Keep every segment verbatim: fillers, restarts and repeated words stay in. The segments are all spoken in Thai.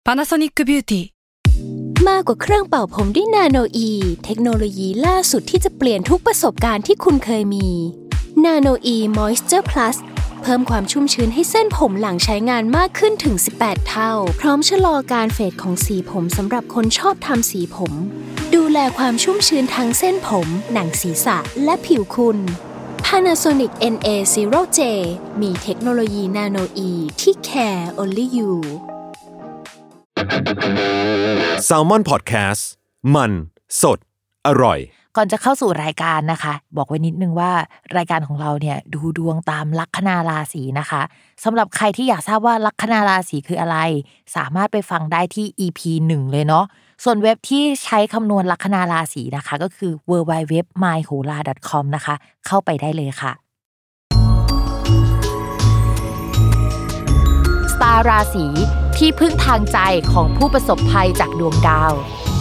Panasonic Beauty มากกว่าเครื่องเป่าผมด้วยนาโนอีเทคโนโลยีล่าสุดที่จะเปลี่ยนทุกประสบการณ์ที่คุณเคยมีนาโนอีมอยส์เจอร์พลัสเพิ่มความชุ่มชื้นให้เส้นผมหลังใช้งานมากขึ้นถึงสิบแปดเท่าพร้อมชะลอการเฟดของสีผมสำหรับคนชอบทำสีผมดูแลความชุ่มชื้นทั้งเส้นผมหนังศีรษะและผิวคุณ Panasonic เอ็น เอ ศูนย์ เจ มีเทคโนโลยีนาโนอีที่ care only you Salmon Podcast มันสดอร่อยก่อนจะเข้าสู่รายการนะคะบอกไว้นิดนึงว่ารายการของเราเนี่ยดูดวงตามลัคนาราศีนะคะสำหรับใครที่อยากทราบว่าลัคนาราศีคืออะไรสามารถไปฟังได้ที่ อี พี หนึ่งเลยเนาะส่วนเว็บที่ใช้คำนวณลัคนาราศีนะคะก็คือ ดับเบิลยู ดับเบิลยู ดับเบิลยู ดอท มายโหรา ดอท คอม นะคะเข้าไปได้เลยค่ะสตาร์ราศีที่พึ่งทางใจของผู้ประสบภัยจากดวงดาว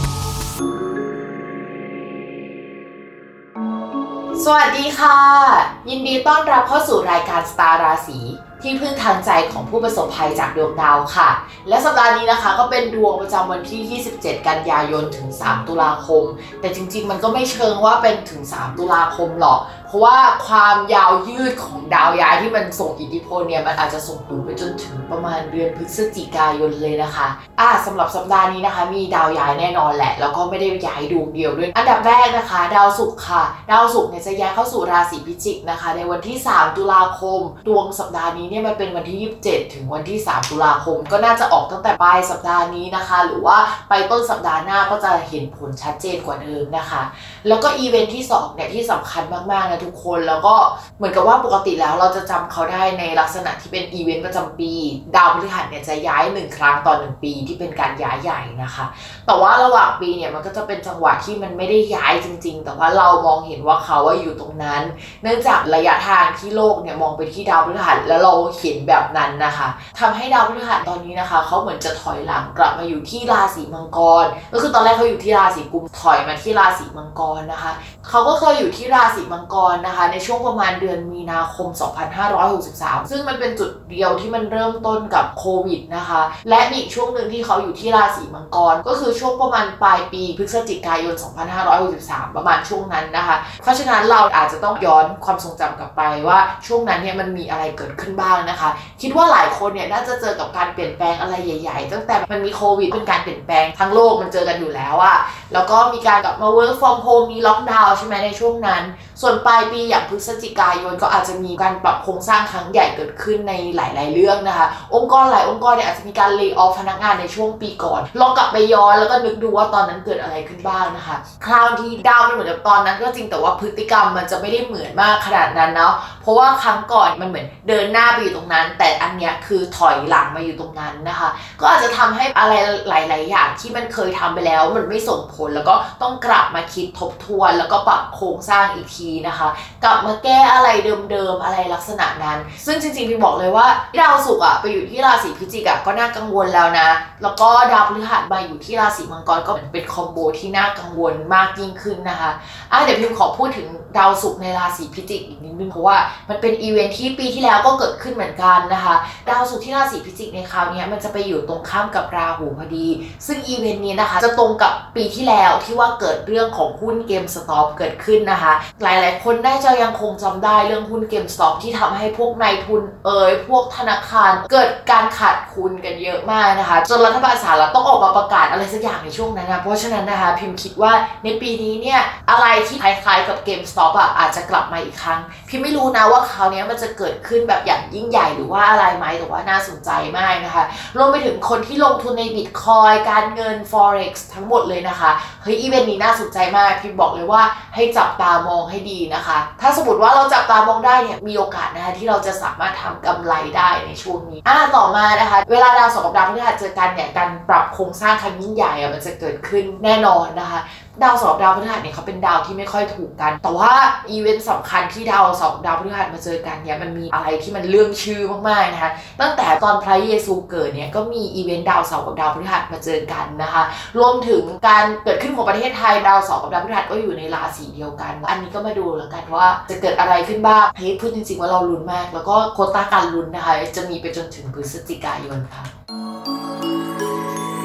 สวัสดีค่ะยินดีต้อนรับเข้าสู่รายการสตาร์ราศีที่พึ่งทางใจของผู้ประสบภัยจากดวงดาวค่ะและสัปดาห์นี้นะคะก็เป็นดวงประจำวันที่ยี่สิบเจ็ดกันยายนถึงสามตุลาคมแต่จริงๆมันก็ไม่เชิงว่าเป็นถึงสามตุลาคมหรอกเพราะว่าความยาวยืดของดาวย้ายที่มันส่งอิทธิพลเนี่ยมันอาจจะส่งผลไปจนถึงประมาณเดือนพฤศจิกายนเลยนะคะอ่ะสำหรับสัปดาห์นี้นะคะมีดาวย้ายแน่นอนแหละแล้วก็ไม่ได้ย้ายดวงเดียวด้วยอันดับแรกนะคะดาวศุกร์ค่ะดาวศุกร์เนี่ยจะย้ายเข้าสู่ราศีพิจิกนะคะในวันที่สามตุลาคมดวงสัปดาห์นี้เนี่ยมันเป็นวันที่ยี่สิบเจ็ดถึงวันที่สามตุลาคมก็น่าจะออกตั้งแต่ปลายสัปดาห์นี้นะคะหรือว่าไปต้นสัปดาห์หน้าก็จะเห็นผลชัดเจนกว่าเดิมนะคะแล้วก็อีเวนท์ที่สองเนี่ยที่สำคัญมากๆนะทุกคนแล้วก็เหมือนกับว่าปกติแล้วเราจะจำเขาได้ในลักษณะที่เป็นอีเวนต์ประจำปีดาวพฤหัสเนี่ยจะย้ายหนึ่งครั้งต่อหนึ่งปีที่เป็นการย้ายใหญ่นะคะแต่ว่าระหว่างปีเนี่ยมันก็จะเป็นจังหวะที่มันไม่ได้ย้ายจริงๆแต่ว่าเรามองเห็นว่าเขาว่าอยู่ตรงนั้นเนื่องจากระยะทางที่โลกเนี่ยมองไปที่ดาวพฤหัสแล้วเราเห็นแบบนั้นนะคะทำให้ดาวพฤหัสตอนนี้นะคะเขาเหมือนจะถอยหลังกลับมาอยู่ที่ราศีมังกรก็คือตอนแรกเขาอยู่ที่ราศีกุมถอยมาที่ราศีมังกรนะคะเขาก็เคยอยู่ที่ราศีมังกรนะคะในช่วงประมาณเดือนมีนาคมสองพันห้าร้อยหกสิบสามซึ่งมันเป็นจุดเดียวที่มันเริ่มต้นกับโควิดนะคะและมีอีกช่วงนึงที่เขาอยู่ที่ราศีมังกรก็คือช่วงประมาณปลายปีพฤศจิกายนสองพันห้าร้อยหกสิบสามประมาณช่วงนั้นนะคะเพราะฉะนั้นเราอาจจะต้องย้อนความทรงจำกลับไปว่าช่วงนั้นเนี่ยมันมีอะไรเกิดขึ้นบ้างนะคะคิดว่าหลายคนเนี่ยน่าจะเจอกับการเปลี่ยนแปลงอะไรใหญ่ๆตั้งแต่มันมีโควิดเป็นการเปลี่ยนแปลงทั้งโลกมันเจอกันอยู่แล้วอะแล้วก็มีการกลับมา work from home มีล็อกดาวน์ใช่ไหมในช่วงนั้นส่วนปลายปีอย่างพฤศจิกายนก็อาจจะมีการปรับโครงสร้างครั้งใหญ่เกิดขึ้นในหลายๆเรื่องนะคะองค์กรหลายองค์กรเนี่ยอาจจะมีการเลย์ออฟพนักงานในช่วงปีก่อนลองกลับไปย้อนแล้วก็นึกดูว่าตอนนั้นเกิดอะไรขึ้นบ้างนะคะคราวที่ดาวมันเหมือนกับตอนนั้นก็จริงแต่ว่าพฤติกรรมมันจะไม่ได้เหมือนมากขนาดนั้นเนาะเพราะว่าครั้งก่อนมันเหมือนเดินหน้าไปอยู่ตรงนั้นแต่อันเนี้ยคือถอยหลังมาอยู่ตรงนั้นนะคะก็อาจจะทำให้อะไรหลายๆอย่างที่มันเคยทำไปแล้วมันไม่ส่งผลแล้วก็ต้องกลับมาคิดทบทวนแล้วก็ปรับโครงสร้างอีกทีนะคะกลับมาแก้อะไรเดิมๆอะไรลักษณะนั้นซึ่งจริงๆพี่บอกเลยว่าดาวศุกร์อ่ะไปอยู่ที่ราศีพิจิกอ่ะก็น่ากังวลแล้วนะแล้วก็ดาวพฤหัสมาอยู่ที่ราศีมังกรก็เป็นคอมโบที่น่ากังวลมากยิ่งขึ้นนะคะอ่ะเดี๋ยวพี่ขอพูดถึงดาวศุกร์ในราศีพิจิกอีกนิดนึงเพราะว่ามันเป็นอีเวนท์ที่ปีที่แล้วก็เกิดขึ้นเหมือนกันนะคะดาวศุกร์ที่ราศีพิจิกในคราวนี้มันจะไปอยู่ตรงข้ามกับราหูพอดีซึ่งอีเวนต์นี้นะคะจะตรงกับปีที่แล้วที่ว่าเกิดเรื่องของหุ้นเกมสต็อปเกิดขึ้นนะคะหลายๆคนน่าจะยังคงจำได้เรื่องหุ้นเกมสต็อปที่ทำให้พวกนายทุนเอ่ยพวกธนาคารเกิดการขาดทุนกันเยอะมากนะคะจนรัฐบาลสหรัฐต้องออกมาประกาศอะไรสักอย่างในช่วงนั้นนะเพราะฉะนั้นนะคะพิมคิดว่าในปีนี้เนี่ยอะไรที่คล้ายๆกับเกมสต็อปอ่ะอาจจะกลับมาอีกครั้งพิมไม่รู้นะว่าคราวนี้มันจะเกิดขึ้นแบบอย่างยิ่งใหญ่หรือว่าอะไรไหมแต่ว่าน่าสนใจมากนะคะรวมไปถึงคนที่ลงทุนใน Bitcoin การเงิน Forex ทั้งหมดเลยนะคะเฮ้ยอีเวนต์นี้น่าสนใจมากพิมบอกเลยว่าให้จับตามองให้ดีนะคะถ้าสมมติว่าเราจับตามองได้เนี่ยมีโอกาสนะคะที่เราจะสามารถทำกำไรได้ในช่วงนี้อ่ะต่อมานะคะเวลาดาวศุกร์กับดาวพฤหัสเจอกันเนี่ยการปรับโครงสร้างครั้งยิ่งใหญ่อะมันจะเกิดขึ้นแน่นอนนะคะดาวศุกร์ดาวพฤหัสเนี่ยเขาเป็นดาวที่ไม่ค่อยถูกกันแต่ว่าอีเวนต์สำคัญที่ดาวศุกร์ดาวพฤหัสมาเจอกันเนี่ยมันมีอะไรที่มันเรื่องชื่อมากๆนะคะตั้งแต่ตอนพระเยซูเกิดเนี่ยก็มีอีเวนต์ดาวศุกร์กับดาวพฤหัสมาเจอกันนะคะรวมถึงการเกิดขึ้นของประเทศไทยดาวศุกร์กับดาวพฤหัสก็อยู่ในราศีเดียวกันอันนี้ก็มาดูแล้วกันว่าจะเกิดอะไรขึ้นบ้างเฮ้ยพูดจริงๆว่าเราลุ้นมากแล้วก็โควต้าการลุ้นนะคะจะมีไปจนถึงพฤศจิกายนค่ะ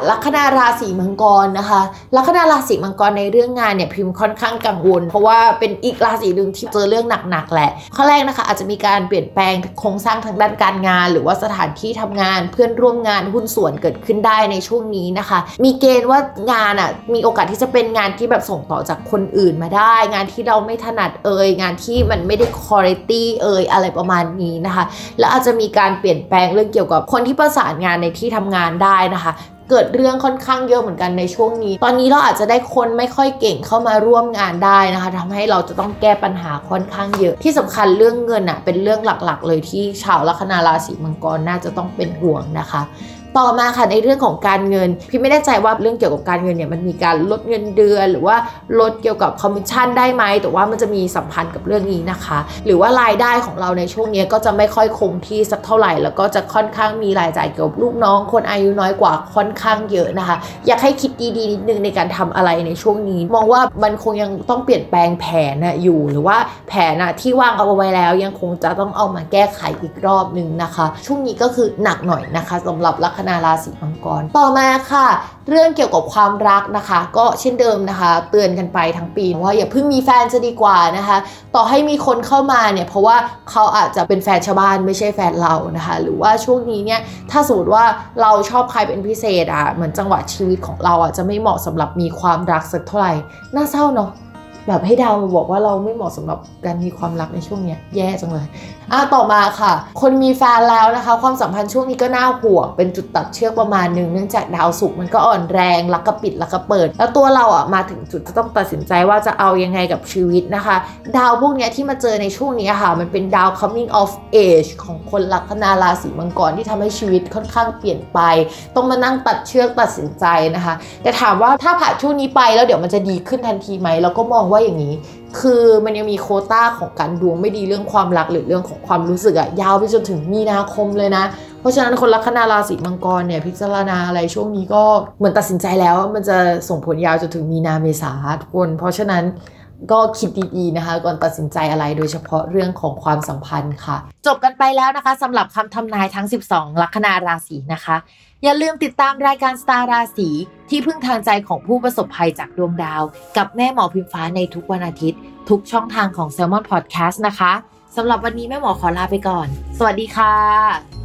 ลัคนาราศีมังกรนะคะลัคนาราศีมังกรในเรื่องงานเนี่ยพิมพ์ค่อนข้างกังวลเพราะว่าเป็นอีกราศีนึงที่เจอเรื่องหนักๆแหละข้อแรกนะคะอาจจะมีการเปลี่ยนแปลงโครงสร้างทางด้านการงานหรือว่าสถานที่ทำงานเพื่อนร่วมงานหุ้นส่วนเกิดขึ้นได้ในช่วงนี้นะคะมีเกณฑ์ว่างานอ่ะมีโอกาสที่จะเป็นงานที่แบบส่งต่อจากคนอื่นมาได้งานที่เราไม่ถนัดเอ่ยงานที่มันไม่ได้คุณภาพเอ่ยอะไรประมาณนี้นะคะแล้วอาจจะมีการเปลี่ยนแปลงเรื่องเกี่ยวกับคนที่ประสานงานในที่ทำงานได้นะคะเกิดเรื่องค่อนข้างเยอะเหมือนกันในช่วงนี้ตอนนี้เราอาจจะได้คนไม่ค่อยเก่งเข้ามาร่วมงานได้นะคะทำให้เราจะต้องแก้ปัญหาค่อนข้างเยอะที่สำคัญเรื่องเงินอ่ะเป็นเรื่องหลักๆเลยที่ชาวลัคนาราศีมังกรน่าจะต้องเป็นห่วงนะคะต่อมาค่ะในเรื่องของการเงินพี่ไม่แน่ใจว่าเรื่องเกี่ยวกับการเงินเนี่ยมันมีการลดเงินเดือนหรือว่าลดเกี่ยวกับคอมมิชชั่นได้ไหมแต่ว่ามันจะมีสัมพันธ์กับเรื่องนี้นะคะหรือว่ารายได้ของเราในช่วงนี้ก็จะไม่ค่อยคงที่สักเท่าไหร่แล้วก็จะค่อนข้างมีรายจ่ายเกี่ยวกับลูกน้องคนอายุน้อยกว่าค่อนข้างเยอะนะคะอยากให้คิดดีๆนิดนึงในการทำอะไรในช่วงนี้มองว่ามันคงยังต้องเปลี่ยนแปลงแผนนะอยู่หรือว่าแผนนะที่วางเอาไว้แล้วยังคงจะต้องเอามาแก้ไขอีกรอบนึงนะคะช่วงนี้ก็คือหนักหน่อยนะคะสำหรับลัคนาราศีมังกรต่อมาค่ะเรื่องเกี่ยวกับความรักนะคะก็เช่นเดิมนะคะเตือนกันไปทั้งปีว่าอย่าเพิ่งมีแฟนจะดีกว่านะคะต่อให้มีคนเข้ามาเนี่ยเพราะว่าเขาอาจจะเป็นแฟนชาวบ้านไม่ใช่แฟนเรานะคะหรือว่าช่วงนี้เนี่ยถ้าสมมติว่าเราชอบใครเป็นพิเศษอ่ะเหมือนจังหวะชีวิตของเราอ่ะจะไม่เหมาะสำหรับมีความรักสักเท่าไหร่น่าเศร้าเนาะแบบให้ดาวมาบอกว่าเราไม่เหมาะสำหรับการมีความรักในช่วงนี้แย่จังเลยอ่ะต่อมาค่ะคนมีแฟนแล้วนะคะความสัมพันธ์ช่วงนี้ก็น่าห่วงเป็นจุดตัดเชือกประมาณนึงเนื่องจากดาวศุกร์มันก็อ่อนแรงรักกระปิดรักกระเปิดแล้วตัวเราอ่ะมาถึงจุดจะต้องตัดสินใจว่าจะเอายังไงกับชีวิตนะคะดาวพวกนี้ที่มาเจอในช่วงนี้ค่ะมันเป็นดาว coming of age ของคนลัคนาราศีมังกรที่ทำให้ชีวิตค่อนข้างเปลี่ยนไปต้องมานั่งตัดเชือกตัดสินใจนะคะแต่ถามว่าถ้าผ่านช่วงนี้ไปแล้วเดี๋ยวมันจะดีขึ้นทันทีไหมเราก็มองว่าอย่างนี้คือมันยังมีโควต้าของการดวงไม่ดีเรื่องความรักหรือเรื่องของความรู้สึกอะยาวไปจนถึงมีนาคมเลยนะเพราะฉะนั้นคนลัคนาราศีมังกรเนี่ยพิจารณาอะไรช่วงนี้ก็เหมือนตัดสินใจแล้วมันจะส่งผลยาวจนถึงมีนาเมษาทุกคนเพราะฉะนั้นก็คิดดีๆนะคะก่อนตัดสินใจอะไรโดยเฉพาะเรื่องของความสัมพันธ์ค่ะจบกันไปแล้วนะคะสำหรับคำทำนายทั้งสิบสองลัคนาราศีนะคะอย่าลืมติดตามรายการสตาร์ราศีที่พึ่งทางใจของผู้ประสบภัยจากดวงดาวกับแม่หมอพิมฟ้าในทุกวันอาทิตย์ทุกช่องทางของ Salmon Podcast นะคะสำหรับวันนี้แม่หมอขอลาไปก่อนสวัสดีค่ะ